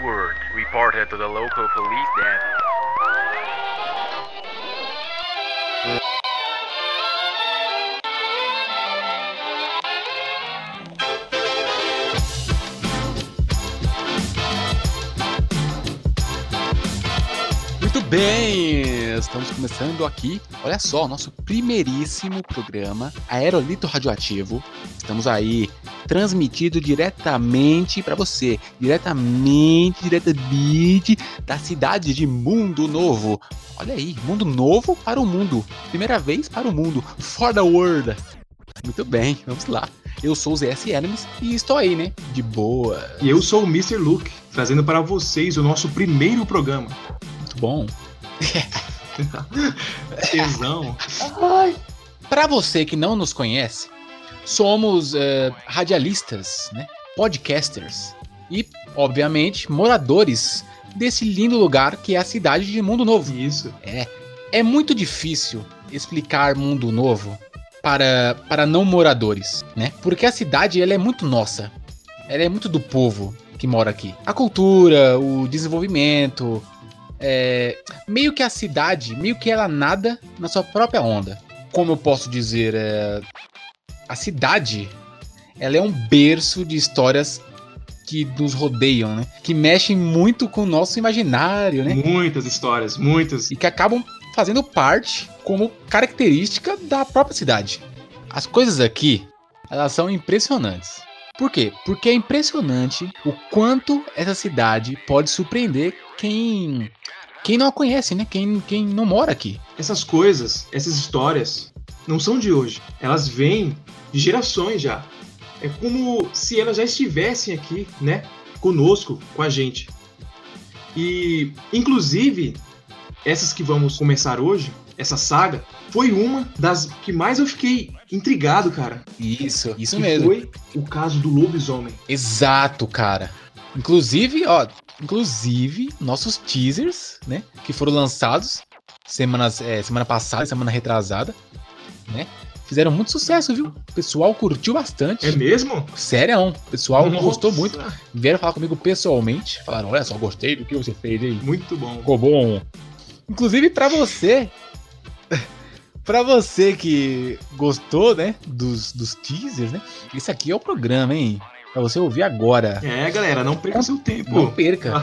Edward reported to the local police that Muito bem, estamos começando aqui, olha só, o nosso primeiríssimo programa Aerolito Radioativo. Estamos aí transmitido diretamente para você, diretamente da cidade de Mundo Novo. Olha aí, Mundo Novo para o mundo, primeira vez para o mundo, for the world. Muito bem, vamos lá. Eu sou o ZS Elements e estou aí, né, de boa. E eu sou o Mr. Luke, trazendo para vocês o nosso primeiro programa. Muito bom. Tesão. Para você que não nos conhece, somos radialistas, né? Podcasters e, obviamente, moradores desse lindo lugar que é a cidade de Mundo Novo. Isso. É muito difícil explicar Mundo Novo para não moradores, né? Porque a cidade ela é muito nossa, ela é muito do povo que mora aqui. A cultura, o desenvolvimento... meio que a cidade, meio que ela nada na sua própria onda. Como eu posso dizer, a cidade, ela é um berço de histórias que nos rodeiam, né? Que mexem muito com o nosso imaginário, né? Muitas histórias, muitas. E que acabam fazendo parte como característica da própria cidade. As coisas aqui, elas são impressionantes. Por quê? Porque é impressionante o quanto essa cidade pode surpreender quem não a conhece, né? Quem não mora aqui. Essas coisas, essas histórias, não são de hoje. Elas vêm de gerações já. É como se elas já estivessem aqui, né? Conosco, com a gente. E, inclusive, essas que vamos começar hoje, essa saga, foi uma das que mais eu fiquei intrigado, cara. Isso que mesmo. Foi o caso do lobisomem. Exato, cara. Inclusive, nossos teasers, né, que foram lançados semana passada, semana retrasada, né, fizeram muito sucesso, viu? O pessoal curtiu bastante. É mesmo? Sério, o pessoal Nossa. Gostou muito. Vieram falar comigo pessoalmente, falaram, olha só, gostei do que você fez aí. Muito bom. Ficou bom. Inclusive, pra você que gostou, né, dos teasers, né, esse aqui é o programa, hein? Pra você ouvir agora. Galera, não perca seu tempo. Não perca.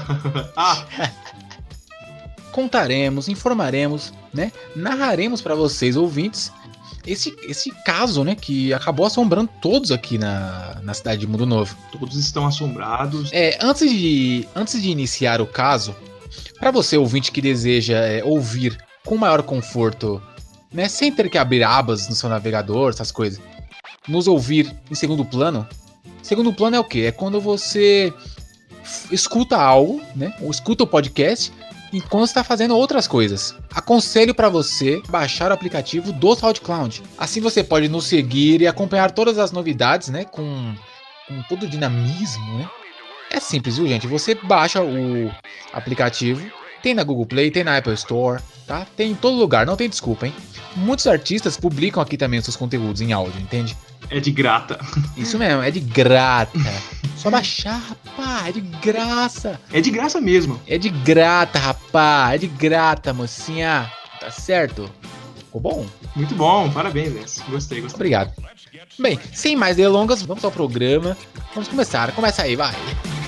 Contaremos, informaremos, né? Narraremos pra vocês, ouvintes, esse caso, né? Que acabou assombrando todos aqui na cidade de Mundo Novo. Todos estão assombrados. Antes de iniciar o caso, pra você, ouvinte, que deseja ouvir com maior conforto, né? Sem ter que abrir abas no seu navegador, essas coisas. Nos ouvir em segundo plano. Segundo plano é o quê? É quando você escuta algo, né? Ou escuta o podcast enquanto está fazendo outras coisas. Aconselho para você baixar o aplicativo do SoundCloud. Assim você pode nos seguir e acompanhar todas as novidades, né? Com todo o dinamismo, né? É simples, viu, gente? Você baixa o aplicativo, tem na Google Play, tem na Apple Store, tá? Tem em todo lugar, não tem desculpa, hein? Muitos artistas publicam aqui também os seus conteúdos em áudio, entende? É de grata. Isso mesmo, é de grata. Só baixar, rapá, é de graça. É de graça mesmo. É de grata, rapá, é de grata, mocinha. Tá certo? Ficou bom? Muito bom, parabéns, Wes. Gostei. Obrigado. Bem, sem mais delongas, vamos ao programa. Vamos começar. Começa aí, vai.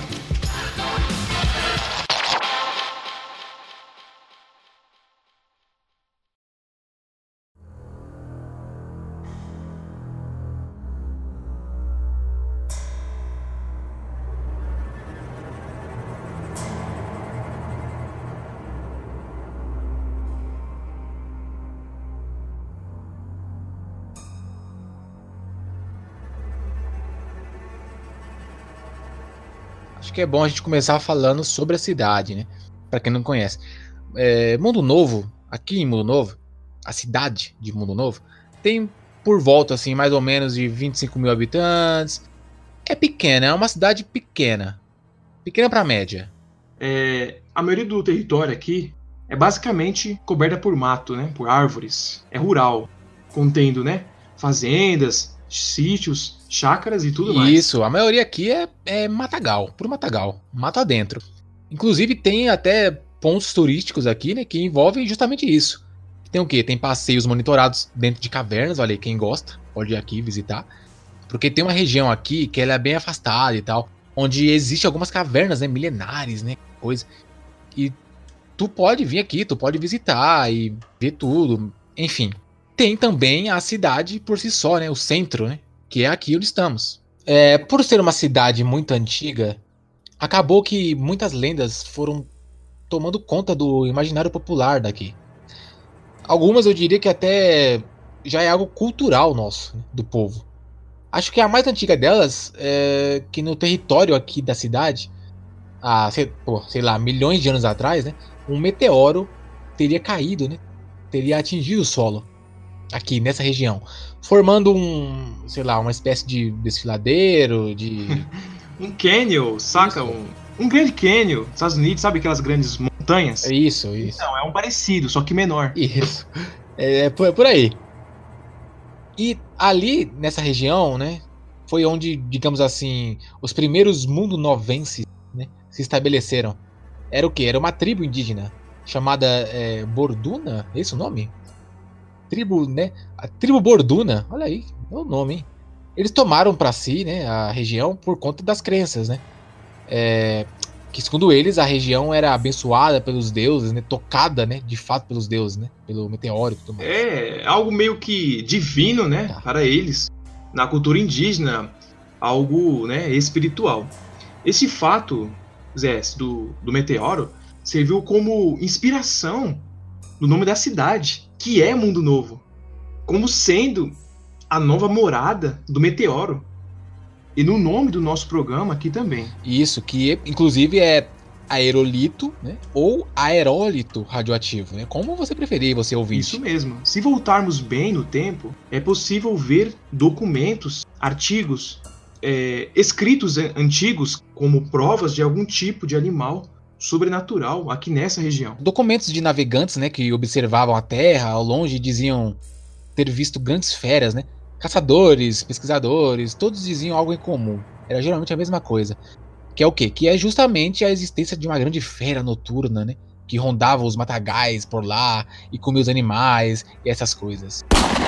Acho que é bom a gente começar falando sobre a cidade, né? Pra quem não conhece. Mundo Novo, aqui em Mundo Novo, a cidade de Mundo Novo, tem por volta, assim, mais ou menos de 25 mil habitantes. É pequena, é uma cidade pequena. Pequena pra média. A maioria do território aqui é basicamente coberta por mato, né? Por árvores. É rural, contendo, né? Fazendas, sítios, chácaras e tudo mais. Isso, a maioria aqui é matagal, puro matagal, mato adentro. Inclusive tem até pontos turísticos aqui, né, que envolvem justamente isso. Tem o quê? Tem passeios monitorados dentro de cavernas, olha aí, quem gosta pode ir aqui visitar. Porque tem uma região aqui que ela é bem afastada e tal, onde existe algumas cavernas, né, milenares, né, coisa. E tu pode vir aqui, tu pode visitar e ver tudo, enfim. Tem também a cidade por si só, né, o centro, né, que é aqui onde estamos. Por ser uma cidade muito antiga, acabou que muitas lendas foram tomando conta do imaginário popular daqui. Algumas eu diria que até já é algo cultural nosso, né, do povo. Acho que a mais antiga delas é que no território aqui da cidade, há, sei lá, milhões de anos atrás, né, um meteoro teria caído, né, teria atingido o solo aqui nessa região, formando sei lá, uma espécie de desfiladeiro, de... Um canyon, saca? Isso. Um grande canyon, nos Estados Unidos, sabe aquelas grandes montanhas? Isso. Não, é um parecido, só que menor. Isso. É por aí. E ali, nessa região, né, foi onde, digamos assim, os primeiros mundo-novenses, né, se estabeleceram. Era o quê? Era uma tribo indígena chamada Borduna, é esse o nome? Tribo, né? A tribo Borduna, olha aí, é o nome, hein? Eles tomaram para si, né, a região por conta das crenças, né? Que segundo eles a região era abençoada pelos deuses, né? Tocada, né? De fato pelos deuses, né? Pelo meteoro e tudo mais. É algo meio que divino, né? Tá. Para eles, na cultura indígena, algo, né, espiritual. Esse fato, Zé, do meteoro, serviu como inspiração no nome da cidade, que é Mundo Novo, como sendo a nova morada do meteoro. E no nome do nosso programa aqui também. Isso, que inclusive é aerolito, né? Ou aerólito radioativo, né? Como você preferir, você ouvinte. Isso mesmo. Se voltarmos bem no tempo, é possível ver documentos, artigos, escritos antigos como provas de algum tipo de animal sobrenatural aqui nessa região. Documentos de navegantes, né, que observavam a Terra ao longe e diziam ter visto grandes feras, né? Caçadores, pesquisadores, todos diziam algo em comum. Era geralmente a mesma coisa. Que é o quê? Que é justamente a existência de uma grande fera noturna, né? Que rondava os matagais por lá e comia os animais e essas coisas.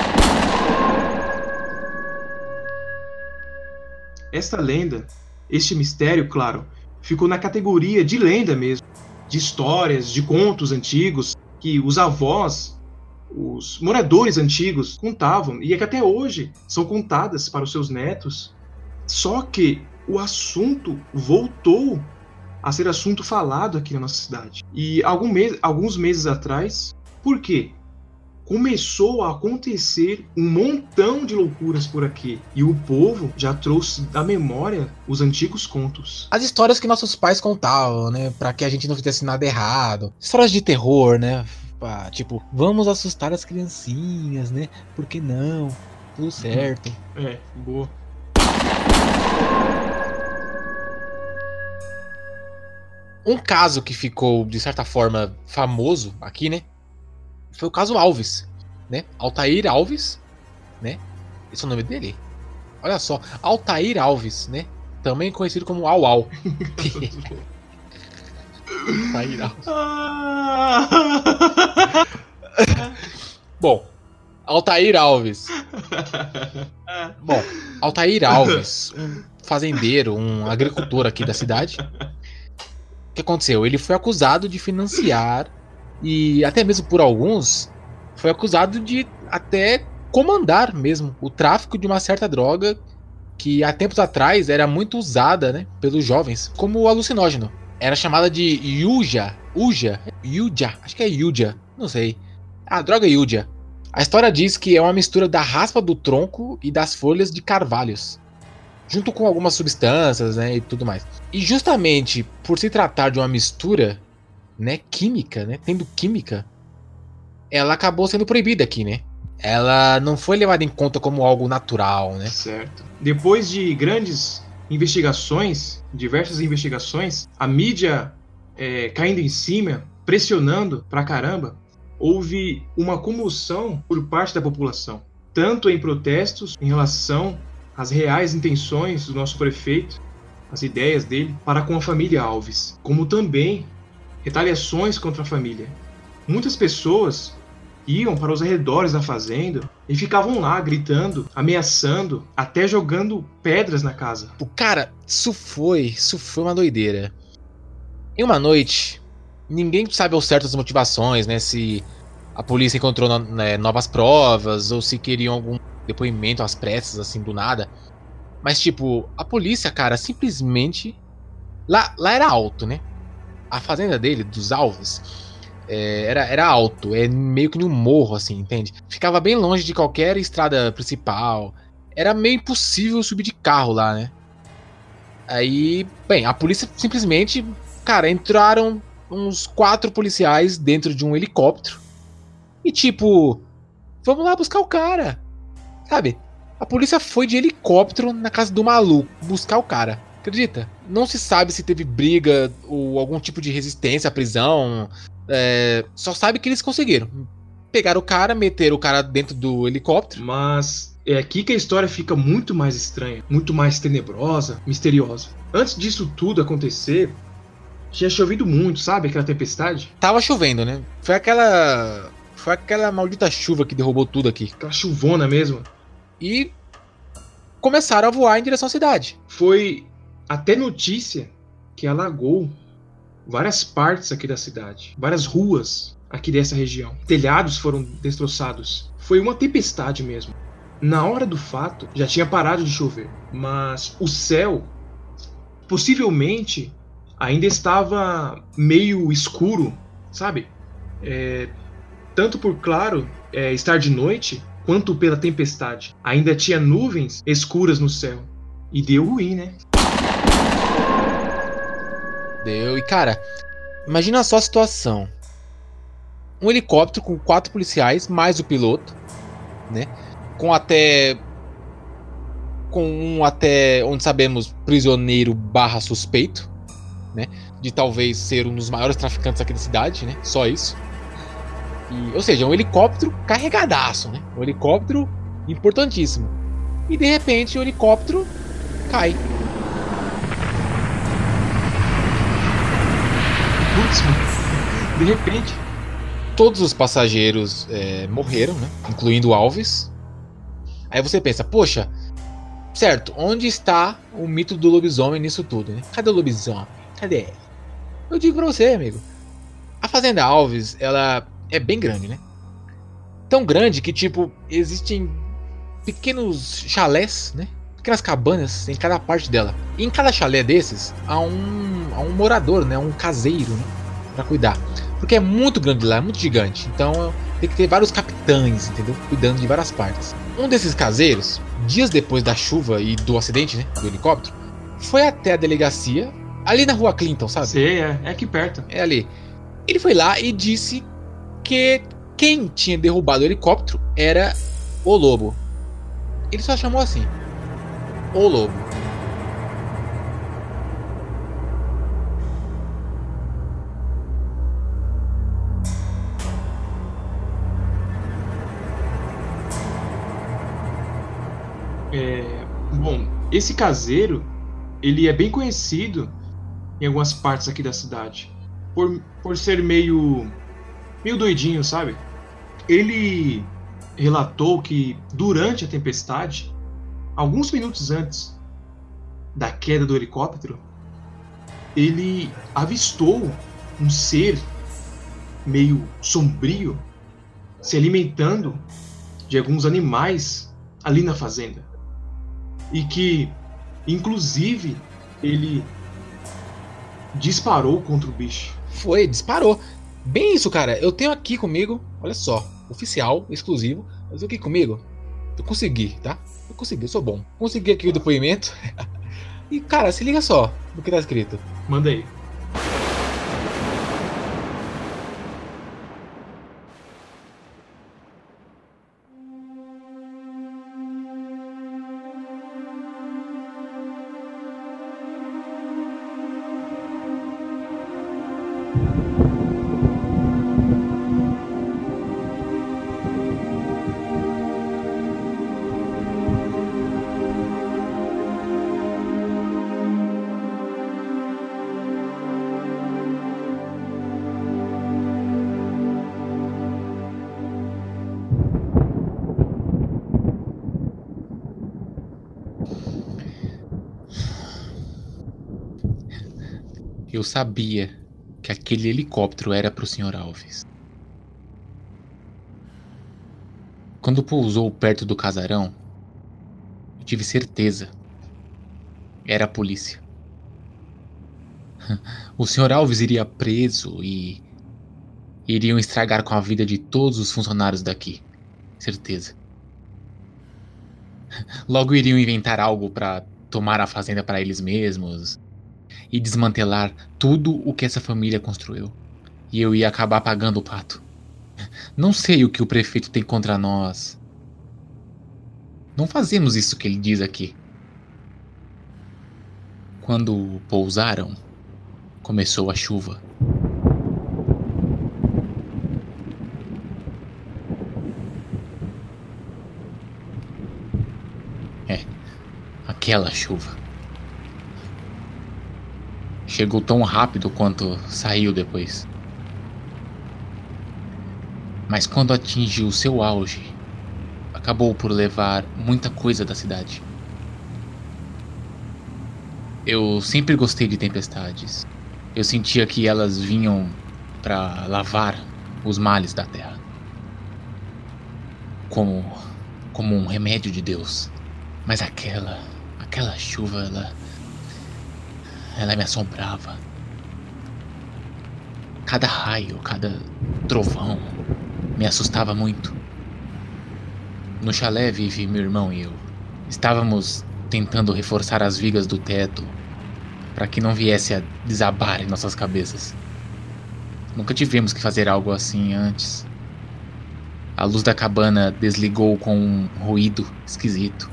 Esta lenda, este mistério, claro, ficou na categoria de lenda mesmo, de histórias, de contos antigos que os avós, os moradores antigos contavam e é que até hoje são contadas para os seus netos. Só que o assunto voltou a ser assunto falado aqui na nossa cidade. E alguns meses atrás, por quê? Começou a acontecer um montão de loucuras por aqui. E o povo já trouxe da memória os antigos contos. As histórias que nossos pais contavam, né? Pra que a gente não fizesse nada errado. Histórias de terror, né? Tipo, vamos assustar as criancinhas, né? Por que não? Tudo certo. Boa. Um caso que ficou, de certa forma, famoso aqui, né? Foi o caso Alves, né? Altair Alves, né? Esse é o nome dele? Olha só, Altair Alves, né? Também conhecido como Au Au. Altair Alves. Bom, Altair Alves. Altair Alves, um fazendeiro, um agricultor aqui da cidade. O que aconteceu? Ele foi acusado de financiar e até mesmo por alguns foi acusado de até comandar mesmo o tráfico de uma certa droga que há tempos atrás era muito usada, né, pelos jovens como alucinógeno. Era chamada de Yuja, acho que é Yuja, não sei. A droga Yuja. A história diz que é uma mistura da raspa do tronco e das folhas de carvalhos, junto com algumas substâncias, né, e tudo mais. E justamente por se tratar de uma mistura, né, química, né, tendo química, ela acabou sendo proibida aqui, né? Ela não foi levada em conta como algo natural, né? Certo. Depois de grandes investigações, diversas investigações, a mídia caindo em cima, pressionando pra caramba, houve uma comoção por parte da população, tanto em protestos em relação às reais intenções do nosso prefeito, as ideias dele para com a família Alves, como também retaliações contra a família. Muitas pessoas iam para os arredores da fazenda e ficavam lá gritando, ameaçando, até jogando pedras na casa. O cara, isso foi uma doideira. Em uma noite, ninguém sabe ao certo as motivações, né? Se a polícia encontrou novas provas ou se queriam algum depoimento às pressas, assim, do nada. Mas, tipo, a polícia, cara, simplesmente... Lá era alto, né? A fazenda dele, dos Alves, era alto. É meio que num morro, assim, entende? Ficava bem longe de qualquer estrada principal. Era meio impossível subir de carro lá, né? Aí, bem, a polícia simplesmente... Cara, entraram uns 4 policiais dentro de um helicóptero. E tipo... Vamos lá buscar o cara. Sabe? A polícia foi de helicóptero na casa do maluco buscar o cara. Acredita? Não se sabe se teve briga ou algum tipo de resistência à prisão. Só sabe que eles conseguiram. Pegaram o cara, meteram o cara dentro do helicóptero. Mas é aqui que a história fica muito mais estranha, muito mais tenebrosa, misteriosa. Antes disso tudo acontecer, tinha chovido muito, sabe? Aquela tempestade. Tava chovendo, né? Foi aquela maldita chuva que derrubou tudo aqui. Aquela chuvona mesmo. E começaram a voar em direção à cidade. Foi até notícia que alagou várias partes aqui da cidade. Várias ruas aqui dessa região. Telhados foram destroçados. Foi uma tempestade mesmo. Na hora do fato, já tinha parado de chover. Mas o céu, possivelmente, ainda estava meio escuro, sabe? Tanto por, claro, estar de noite, quanto pela tempestade. Ainda tinha nuvens escuras no céu. E deu ruim, né? Deu. E cara, imagina só a situação. Um helicóptero com 4 policiais, mais o piloto, né? Com um até onde sabemos prisioneiro barra suspeito, né? De talvez ser um dos maiores traficantes aqui da cidade, né? Só isso. Ou seja, um helicóptero carregadaço, né? Um helicóptero importantíssimo. E de repente o helicóptero cai. Putz, mano. De repente. Todos os passageiros morreram, né? Incluindo o Alves. Aí você pensa, poxa, certo, onde está o mito do lobisomem nisso tudo, né? Cadê o lobisomem? Cadê ele? Eu digo pra você, amigo. A Fazenda Alves, ela é bem grande, né? Tão grande que, tipo, existem pequenos chalés, né? Pequenas cabanas em cada parte dela. E em cada chalé desses, há um morador, né? Um caseiro, né? Pra cuidar. Porque é muito grande lá, é muito gigante. Então tem que ter vários capitães, entendeu? Cuidando de várias partes. Um desses caseiros, dias depois da chuva e do acidente, né? Do helicóptero, foi até a delegacia, ali na rua Clinton, sabe? Sei, é aqui perto. É ali. Ele foi lá e disse que quem tinha derrubado o helicóptero era o Lobo. Ele só chamou assim: o Lobo. Bom, esse caseiro, ele é bem conhecido em algumas partes aqui da cidade. Por ser meio doidinho, sabe? Ele relatou que durante a tempestade, alguns minutos antes da queda do helicóptero, ele avistou um ser meio sombrio se alimentando de alguns animais ali na fazenda. E que, inclusive, ele disparou contra o bicho. Foi, disparou. Bem isso, cara. Eu tenho aqui comigo, olha só, oficial, exclusivo. Eu tenho aqui comigo. Eu consegui, tá? Eu consegui, eu sou bom. Consegui aqui o depoimento. E, cara, se liga só no que tá escrito. Manda aí. Eu sabia que aquele helicóptero era pro Sr. Alves. Quando pousou perto do casarão, eu tive certeza. Era a polícia. O Sr. Alves iria preso e iriam estragar com a vida de todos os funcionários daqui. Certeza. Logo iriam inventar algo para tomar a fazenda para eles mesmos e desmantelar tudo o que essa família construiu. E eu ia acabar pagando o pato. Não sei o que o prefeito tem contra nós. Não fazemos isso que ele diz aqui. Quando pousaram, começou a chuva. Aquela chuva. Chegou tão rápido quanto saiu depois. Mas quando atingiu seu auge, acabou por levar muita coisa da cidade. Eu sempre gostei de tempestades. Eu sentia que elas vinham para lavar os males da terra. Como um remédio de Deus. Mas aquela chuva, ela me assombrava. Cada raio, cada trovão me assustava muito. No chalé vive meu irmão e eu. Estávamos tentando reforçar as vigas do teto para que não viesse a desabar em nossas cabeças. Nunca tivemos que fazer algo assim antes. A luz da cabana desligou com um ruído esquisito.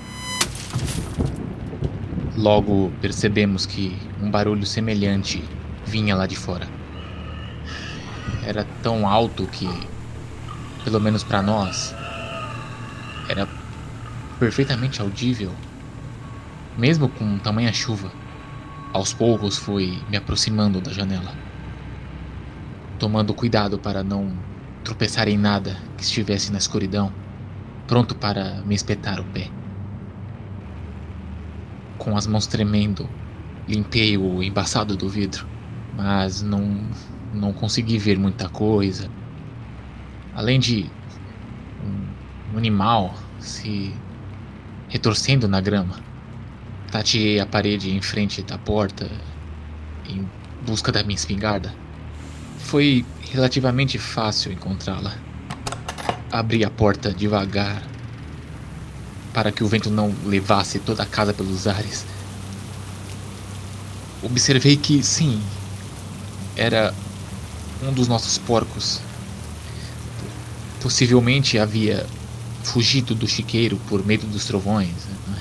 Logo percebemos que um barulho semelhante vinha lá de fora. Era tão alto que, pelo menos para nós, era perfeitamente audível, mesmo com tamanha chuva. Aos poucos fui me aproximando da janela, tomando cuidado para não tropeçar em nada que estivesse na escuridão, pronto para me espetar o pé. Com as mãos tremendo, limpei o embaçado do vidro, mas não consegui ver muita coisa. Além de um animal se retorcendo na grama. Tateei a parede em frente da porta em busca da minha espingarda. Foi relativamente fácil encontrá-la. Abri a porta devagar para que o vento não levasse toda a casa pelos ares. Observei que, sim, era um dos nossos porcos. Possivelmente havia fugido do chiqueiro por medo dos trovões. Né?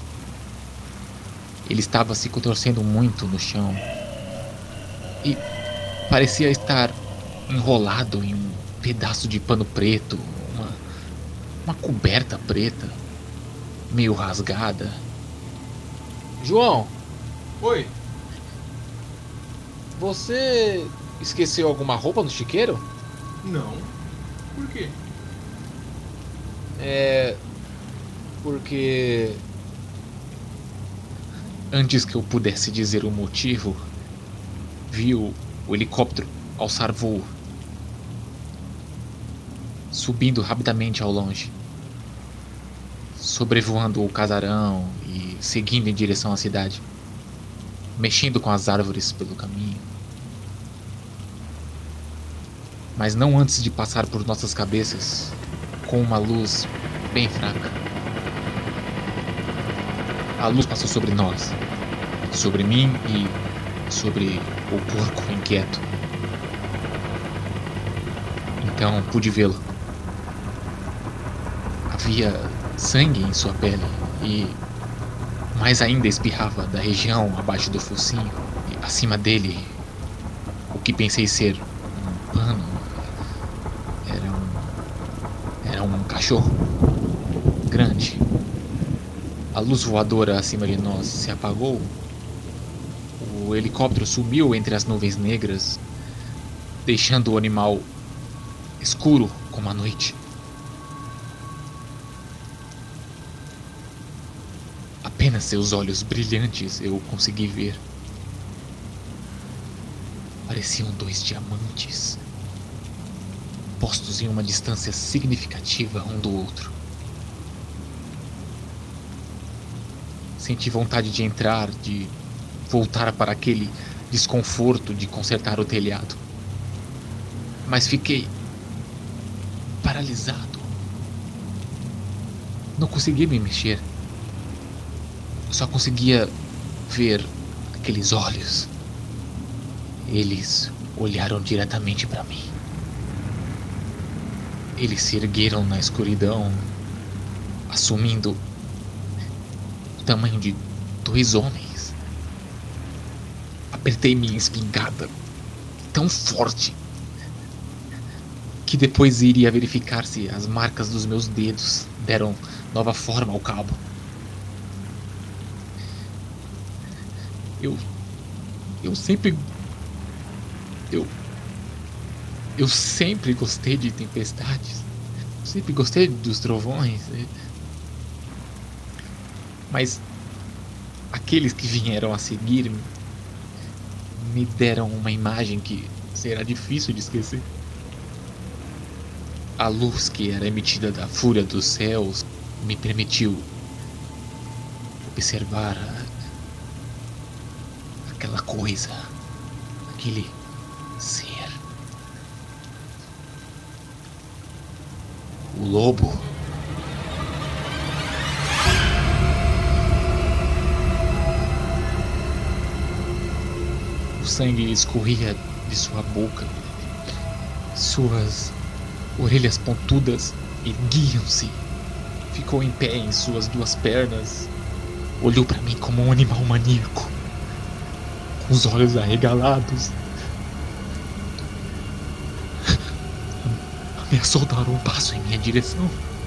Ele estava se contorcendo muito no chão e parecia estar enrolado em um pedaço de pano preto, uma coberta preta, meio rasgada. João, Oi, você esqueceu alguma roupa no chiqueiro? não. Por quê? Porque... Antes que eu pudesse dizer o motivo, vi o helicóptero alçar voo, subindo rapidamente ao longe, sobrevoando o casarão e seguindo em direção à cidade, mexendo com as árvores pelo caminho. Mas não antes de passar por nossas cabeças com uma luz bem fraca. A luz passou sobre nós, sobre mim e sobre o porco inquieto. Então pude vê-lo. Havia sangue em sua pele e mais ainda espirrava da região abaixo do focinho. E acima dele, o que pensei ser um pano era um cachorro grande. A luz voadora acima de nós se apagou. O helicóptero subiu entre as nuvens negras, deixando o animal escuro como a noite. Apenas seus olhos brilhantes eu consegui ver. Pareciam 2 diamantes, postos em uma distância significativa um do outro. Senti vontade de entrar, de voltar para aquele desconforto de consertar o telhado. Mas fiquei paralisado. Não conseguia me mexer. Só conseguia ver aqueles olhos. Eles olharam diretamente para mim. Eles se ergueram na escuridão, assumindo o tamanho de 2 homens. Apertei minha espingarda tão forte que depois iria verificar se as marcas dos meus dedos deram nova forma ao cabo. Eu sempre gostei de tempestades. Sempre gostei dos trovões. Mas aqueles que vieram a seguir me deram uma imagem que será difícil de esquecer. A luz que era emitida da fúria dos céus me permitiu observar aquela coisa, aquele ser. O lobo. O sangue escorria de sua boca. Suas orelhas pontudas erguiam-se. Ficou em pé em suas 2 pernas. Olhou para mim como um animal maníaco, com os olhos arregalados. Ameaçou dar um passo em minha direção.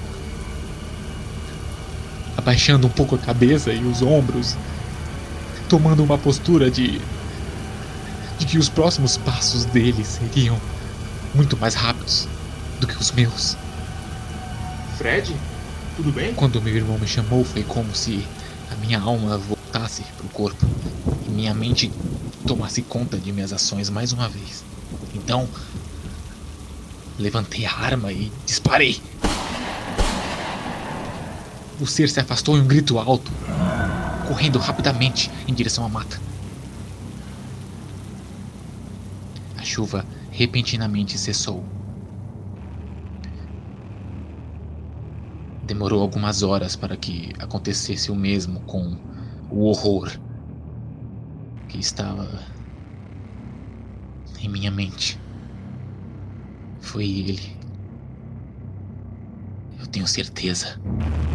Abaixando um pouco a cabeça e os ombros, tomando uma postura de que os próximos passos dele seriam muito mais rápidos do que os meus. Fred, tudo bem? Quando meu irmão me chamou, foi como se a minha alma voltasse pro corpo e minha mente tomasse conta de minhas ações mais uma vez. Então, levantei a arma e disparei. O ser se afastou em um grito alto, correndo rapidamente em direção à mata. A chuva repentinamente cessou. Demorou algumas horas para que acontecesse o mesmo com o horror que estava em minha mente. Foi ele. Eu tenho certeza.